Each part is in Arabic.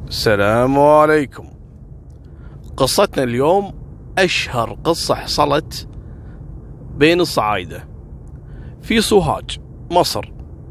السلام عليكم. قصتنا اليوم أشهر قصة حصلت بين الصعايدة في سوهاج مصر،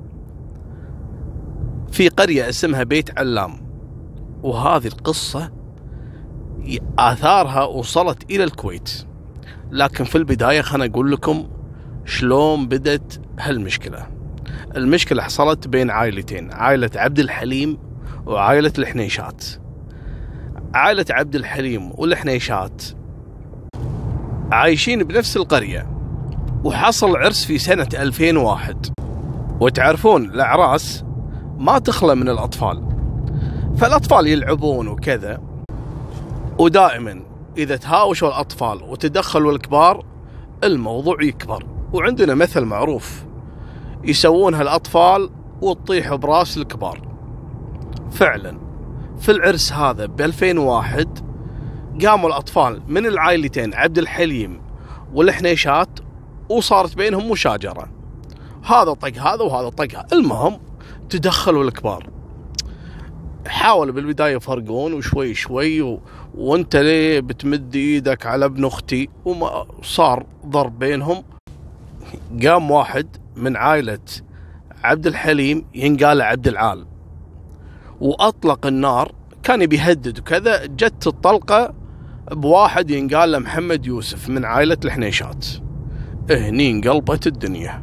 في قرية اسمها بيت علام. وهذه القصة آثارها وصلت إلى الكويت، لكن في البداية خلنا أقول لكم شلون بدت هالمشكلة. المشكلة حصلت بين عائلتين، عائلة عبد الحليم وعائلة الحنيشات. عائلة عبد الحليم والحنيشات عايشين بنفس القرية، وحصل عرس في سنة 2001. وتعرفون الأعراس ما تخلى من الأطفال، فالأطفال يلعبون وكذا، ودائما إذا تهاوشوا الأطفال وتدخلوا الكبار الموضوع يكبر. وعندنا مثل معروف يسوونها الأطفال وتطيح براس الكبار. فعلا في العرس هذا ب 2001 قاموا الأطفال من العائلتين عبد الحليم والحنيشات، وصارت بينهم مشاجرة، هذا طق هذا وهذا طق هذا. المهم تدخلوا الكبار، حاولوا بالبداية يفرقون وشوي شوي وانت ليه بتمد ايدك على ابن اختي، وما صار ضرب بينهم. قام واحد من عائلة عبد الحليم ينقال عبد العال، واطلق النار، كان بيهدد وكذا. جت الطلقة بواحد ينقال له محمد يوسف من عائلة الحنيشات. هني انقلبت الدنيا،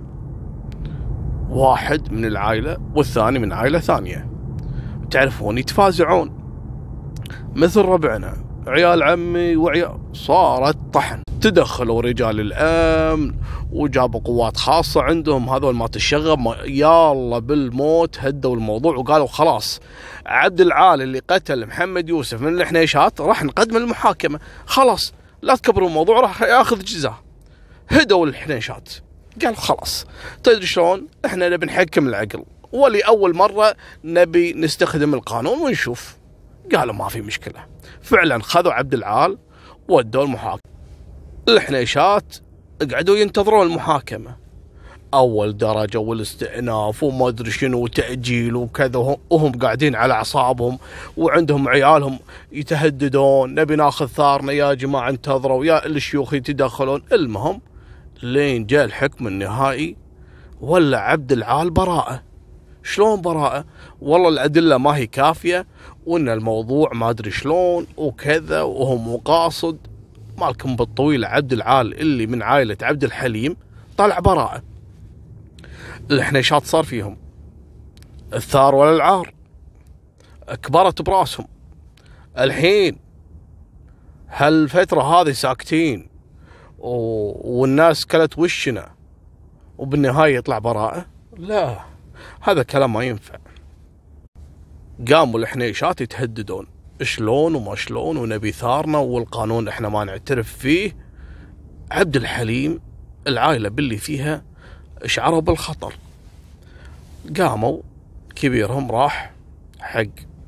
واحد من العائلة والثاني من عائلة ثانية، تعرفون يتفازعون مثل ربعنا، عيال عمي وعيال. صارت طحن، تدخلوا رجال الأمن وجابوا قوات خاصة عندهم، هذول ما تشغب يلا بالموت. هدوا الموضوع وقالوا خلاص عبد العال اللي قتل محمد يوسف من الحنيشات راح نقدم المحاكمة، خلاص لا تكبروا الموضوع، راح ياخذ جزاه. هدوا الحنيشات، قالوا خلاص تدري شلون احنا نبي نحكم العقل، ولأول مرة نبي نستخدم القانون ونشوف. قالوا ما في مشكلة. فعلا خذوا عبد العال ودوا المحاكمة. الحنيشات قعدوا ينتظرون المحاكمة، أول درجة والاستئناف وما أدري شنو وتأجيل وكذا، وهم قاعدين على أعصابهم وعندهم عيالهم يتهددون نبي ناخذ ثارنا يا جماعة انتظروا، يا الشيوخ يتدخلون. المهم لين جاء الحكم النهائي، ولا عبد العال براءة. شلون براءة؟ والله الأدلة ما هي كافية، وإن الموضوع ما أدري شلون وكذا، وهم مقاصد. مالكم بالطويل عبد العال اللي من عائلة عبد الحليم طلع براءة. الحنيشات صار فيهم الثار ولا العار، كبرت براسهم. الحين هالفترة هذه ساكتين والناس كلت وشنا، وبالنهاية يطلع براءة؟ لا، هذا كلام ما ينفع. قاموا الحنيشات يتهددون شلون وما شلون، ونبي ثارنا والقانون احنا ما نعترف فيه. عبد الحليم العائلة باللي فيها شعروا بالخطر، قاموا كبيرهم راح حق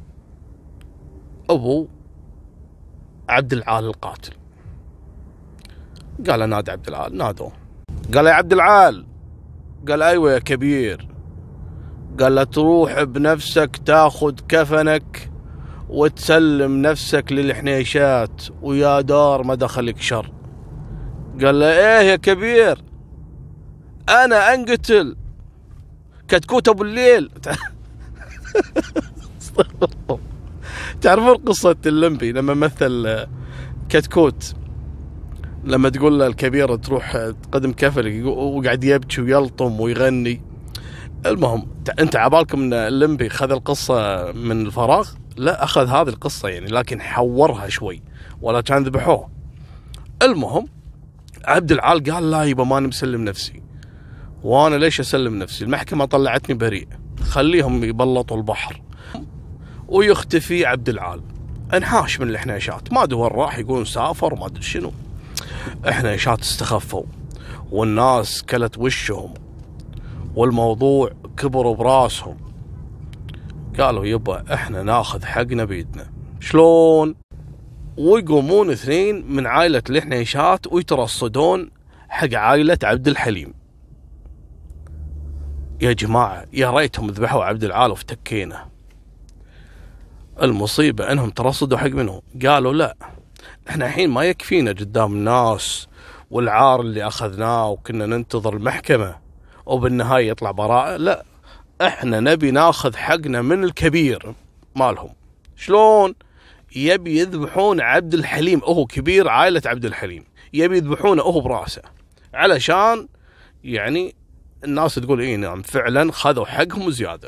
ابو عبد العال القاتل، قال نادي عبد العال. نادوه، قال يا عبد العال. قال ايوه يا كبير. قال له تروح بنفسك تاخذ كفنك وتسلم نفسك للحنيشات، ويا دار ما دخلك شر. قال له ايه يا كبير، انا انقتل كتكوت ابو الليل. تعرفون قصة اللمبي لما مثل كتكوت، لما تقول له الكبير تروح تقدم كفنك وقاعد يبكي ويلطم ويغني. المهم انت عبالكم ان اللمبي خذ القصة من الفراغ؟ لا، اخذ هذه القصة يعني، لكن حورها شوي ولا كان ذبحوه. المهم عبد العال قال لا يبا ماني مسلم نفسي، وانا ليش اسلم نفسي؟ المحكمة طلعتني بريء، خليهم يبلطوا البحر. ويختفي عبد العال، انحاش من الحنيشات، ما ادري وين راح، يقولون سافر وما ادري شنو. حنيشات استخفوا والناس كلت وشهم والموضوع كبروا براسهم. قالوا يبا احنا ناخذ حقنا بيدنا. شلون؟ ويقومون اثنين من عائلة الحنيشات ويترصدون حق عائلة عبد الحليم. يا جماعة يا ريتهم ذبحوا عبد العال وافتكينا. المصيبة انهم ترصدوا حق منه، قالوا لا احنا الحين ما يكفينا قدام الناس والعار اللي اخذناه وكنا ننتظر المحكمة وبالنهاية يطلع براءة، لا احنا نبي ناخذ حقنا من الكبير مالهم. شلون؟ يبي يذبحون عبد الحليم، هو كبير عائلة عبد الحليم، يبي يذبحونه هو براسه، علشان يعني الناس تقول اي نعم فعلا خذوا حقهم زيادة.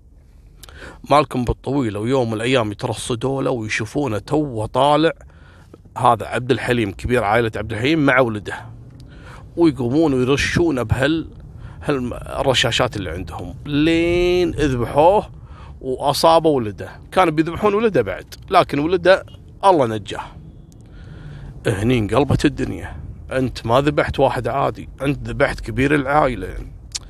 مالكم بالطويلة، ويوم من الايام يترصدوا له ويشوفونه تو طالع هذا عبد الحليم كبير عائلة عبد الحليم مع ولده، ويقومون ويرشونه الرشاشات اللي عندهم لين اذبحوه واصابوا ولده. كانوا بيذبحون ولده بعد، لكن ولده الله نجاه. هني انقلبت الدنيا، انت ما ذبحت واحد عادي، انت ذبحت كبير العائله يعني.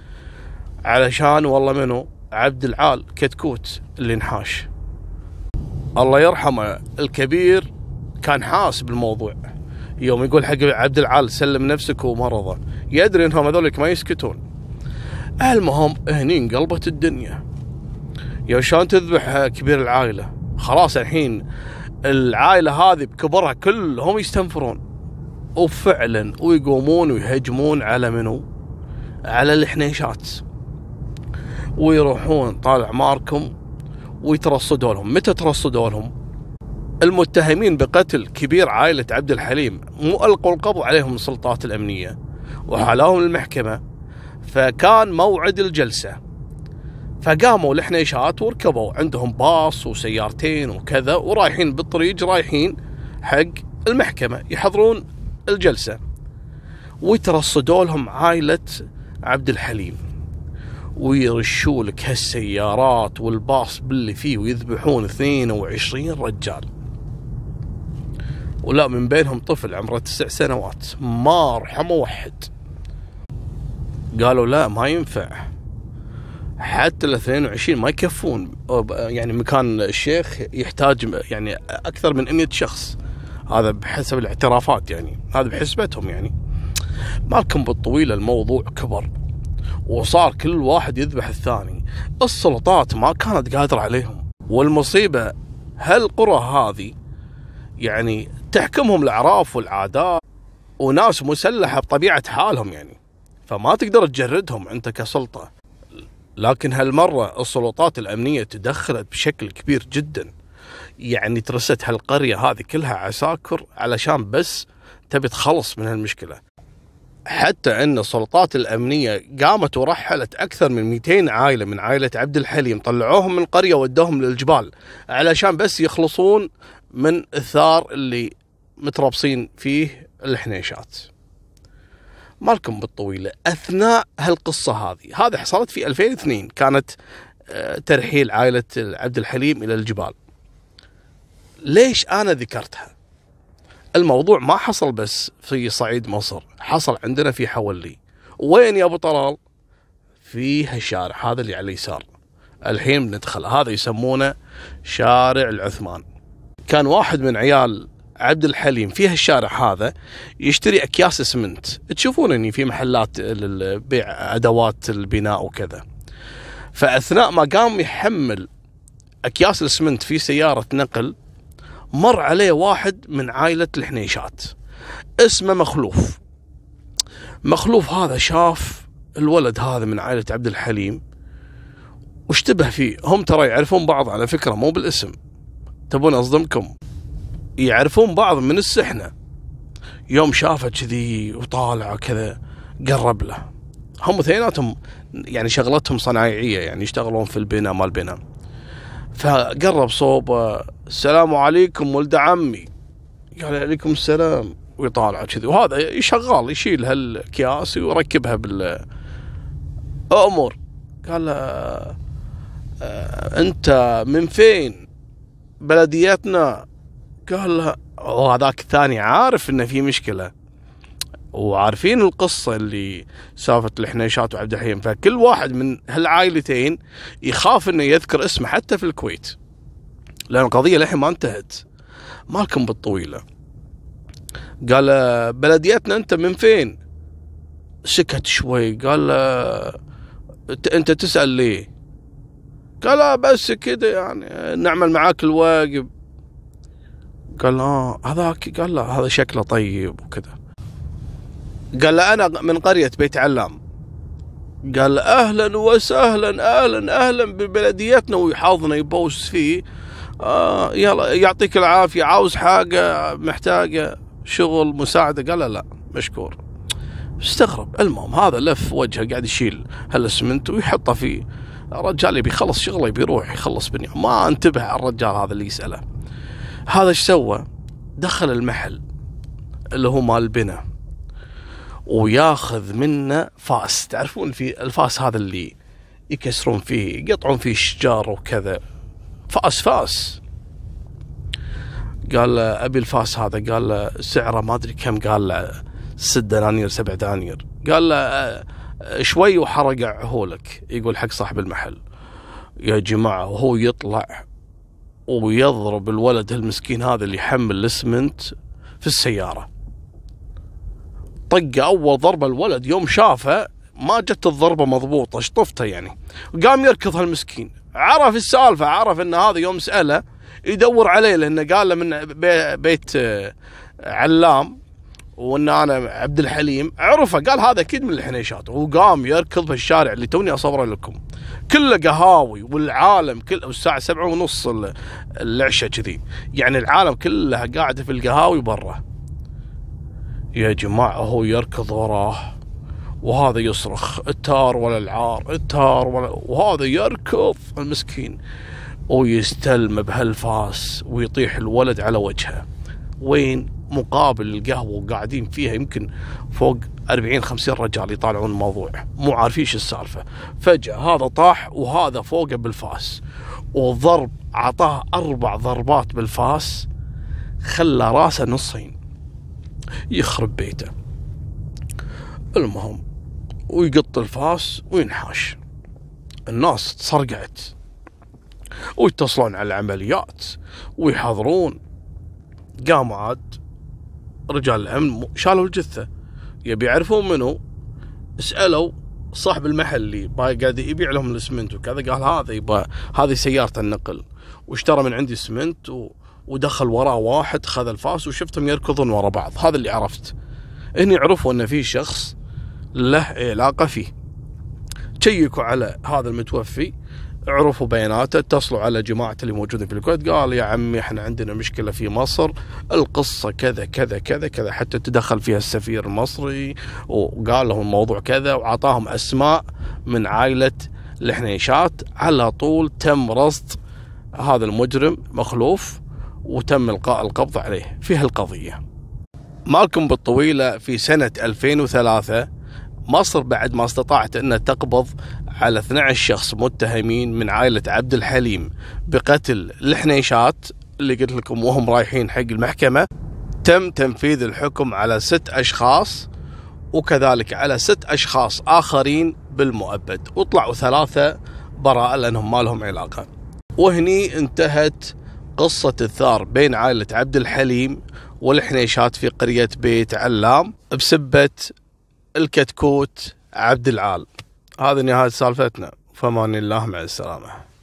علشان والله منو؟ عبد العال كتكوت اللي انحاش، الله يرحمه الكبير كان حاس بالموضوع، يوم يقول حق عبد العال سلم نفسك ومرضه، يدري انهم هذولك ما يسكتون. المهم هني انقلبت الدنيا، يا شلون تذبح كبير العائله؟ خلاص الحين العائله هذه بكبرها كلهم يستنفرون، وفعلا ويقومون ويهجمون على منو؟ على الحنيشات، ويروحون طال عماركم ويترصدوا لهم. متى ترصدوا لهم؟ المتهمين بقتل كبير عائلة عبد الحليم مو ألقوا القبض عليهم السلطات الأمنية وحالوهم للمحكمة، فكان موعد الجلسة، فقاموا الحنيشات وركبوا عندهم باص وسيارتين وكذا، ورايحين بالطريق رايحين حق المحكمة يحضرون الجلسة، ويترصدوا لهم عائلة عبد الحليم، ويرشوا لك هالسيارات والباص باللي فيه، ويذبحون 22 رجال، ولا من بينهم طفل عمره 9 سنوات، ما رحموا واحد. قالوا لا ما ينفع، حتى ال 22 ما يكفون، يعني مكان الشيخ يحتاج يعني أكثر من 100 شخص، هذا بحسب الاعترافات يعني، هذا بحسبتهم يعني. مالكم بالطويلة الموضوع كبر وصار كل واحد يذبح الثاني، السلطات ما كانت قادرة عليهم. والمصيبة هالقرى هذه يعني تحكمهم الأعراف والعادات وناس مسلحة بطبيعة حالهم يعني، فما تقدر تجردهم أنت كسلطة. لكن هالمرة السلطات الأمنية تدخلت بشكل كبير جدا، يعني ترست هالقرية هذه كلها عساكر علشان بس تبي تخلص من هالمشكلة، حتى أن السلطات الأمنية قامت ورحلت أكثر من 200 عائلة من عائلة عبد الحليم، طلعوهم من القرية ودوهم للجبال علشان بس يخلصون من الثار اللي متربصين فيه الحنيشات. مالكم بالطويلة، أثناء هالقصة هذه حصلت في 2002، كانت ترحيل عائلة عبد الحليم إلى الجبال. ليش أنا ذكرتها؟ الموضوع ما حصل بس في صعيد مصر، حصل عندنا في حولي. وين يا أبو طلال؟ في هالشارع هذا اللي على اليسار، الحين بندخل، هذا يسمونه شارع العثمان. كان واحد من عيال عبد الحليم في هالشارع هذا يشتري أكياس اسمنت، تشوفون اني في محلات للبيع ادوات البناء وكذا، فاثناء ما قام يحمل أكياس الاسمنت في سيارة نقل، مر عليه واحد من عائلة الحنيشات اسمه مخلوف هذا شاف الولد هذا من عائلة عبد الحليم واشتبه فيه. هم ترى يعرفون بعض على فكرة، مو بالاسم، تبون أصدمكم، يعرفون بعض من السحنة. يوم شافه كذي وطالع كذا قرب له، هم اثنيناتهم يعني شغلتهم صنايعية، يعني يشتغلون في البناء مال بناء، فقرب صوبه، السلام عليكم ولد عمي، قال عليكم السلام، ويطالع كذي، وهذا يشغل يشيل هالكياس ويركبها بالأمور. قال أنت من فين؟ بلديتنا. قال له، وهذاك الثاني عارف إنه في مشكلة وعارفين القصة اللي سافت الحنيشات وعبد الحليم، فكل واحد من هالعائلتين يخاف إنه يذكر اسمه حتى في الكويت، لأن القضية للحين ما انتهت. مالكم بالطويلة، قال بلديتنا أنت من فين؟ سكت شوي، قال أنت تسأل ليه؟ قال لا بس كده يعني نعمل معاك الواجب. قال هذاك، قال لا هذا شكله طيب وكذا. قال له أنا من قرية بيت علام. قال أهلا وسهلا، أهلا ببلديتنا، ويحاضنه يبوس فيه. يلا يعطيك العافية، عاوز حاجة، محتاجة شغل مساعدة؟ قال لا مشكور. استغرب. المهم هذا لف وجهه قاعد يشيل هالاسمنت ويحطه فيه. الرجال يبي يخلص شغله، يبي يروح يخلص بنيه، ما انتبه على الرجال هذا اللي يسأله. هذا ايش سوى؟ دخل المحل اللي هو مال البنا وياخذ منه فاس. تعرفون في الفاس هذا اللي يكسرون فيه، يقطعون فيه الشجار وكذا، فاس. قال له أبي الفاس هذا. قال له سعره ما أدري كم. قال له 6 دنانير 7 دنانير. قال له شوي وحرقعه لك. يقول حق صاحب المحل يا جماعة، وهو يطلع ويضرب الولد المسكين هذا اللي يحمل الاسمنت في السيارة. طق أول ضربة الولد، يوم شافه ما جت الضربة مضبوطة، شطفته يعني، قام يركض هالمسكين. عرف السالفة، عرف ان هذا يوم سأله يدور عليه، لأنه قال له من بيت علام وان انا عبد الحليم. عرفه، قال هذا اكيد من الحنيشات، وقام يركض في الشارع اللي توني اصوره لكم، كله قهاوي والعالم كله. الساعة 7:30 العشاء كذي، يعني العالم كلها قاعدة في القهاوي برا. يا جماعة هو يركض وراه وهذا يصرخ التار ولا العار، التار ولا، وهذا يركض المسكين ويستلم بهالفاس ويطيح الولد على وجهه. وين؟ مقابل القهوة وقاعدين فيها يمكن فوق 40-50 رجال يطالعون الموضوع، مو عارفين شو السالفة. فجأة هذا طاح وهذا فوقه بالفاس، وضرب عطاه 4 ضربات بالفاس، خلى راسه نصين، يخرب بيته. المهم ويقط الفاس وينحاش. الناس تصرقعت ويتصلون على العمليات ويحضرون. قاموا عاد رجال الأمن شالوا الجثة، يبي يعرفون منه. سألوا صاحب المحل اللي قاعد يبيع لهم الاسمنت وكذا، قال هذا يبغى، هذه سيارة النقل واشترى من عندي اسمنت ودخل وراه واحد خذ الفاس وشفتهم يركضون ورا بعض. هذا اللي عرفت. هني عرفوا ان في شخص له علاقة فيه. تشيكوا على هذا المتوفي، عرفوا بياناته، اتصلوا على جماعة اللي موجودين في الكويت، قال يا عمي احنا عندنا مشكلة في مصر، القصة كذا كذا كذا كذا، حتى تدخل فيها السفير المصري وقال لهم الموضوع كذا، وعطاهم اسماء من عائلة الحنيشات. على طول تم رصد هذا المجرم مخلوف وتم إلقاء القبض عليه في هالقضية. مالكم بالطويلة، في سنة 2003 مصر بعد ما استطاعت أن تقبض على 12 شخص متهمين من عائلة عبد الحليم بقتل الحنيشات اللي قلت لكم وهم رايحين حق المحكمة، تم تنفيذ الحكم على 6 أشخاص وكذلك على 6 أشخاص آخرين بالمؤبد، وطلعوا 3 براءة لأنهم ما لهم علاقة. وهني انتهت قصة الثار بين عائلة عبد الحليم والحنيشات في قرية بيت علام بسبة الكتكوت عبد العال. هذه نهاية سالفتنا، فمان الله، مع السلامة.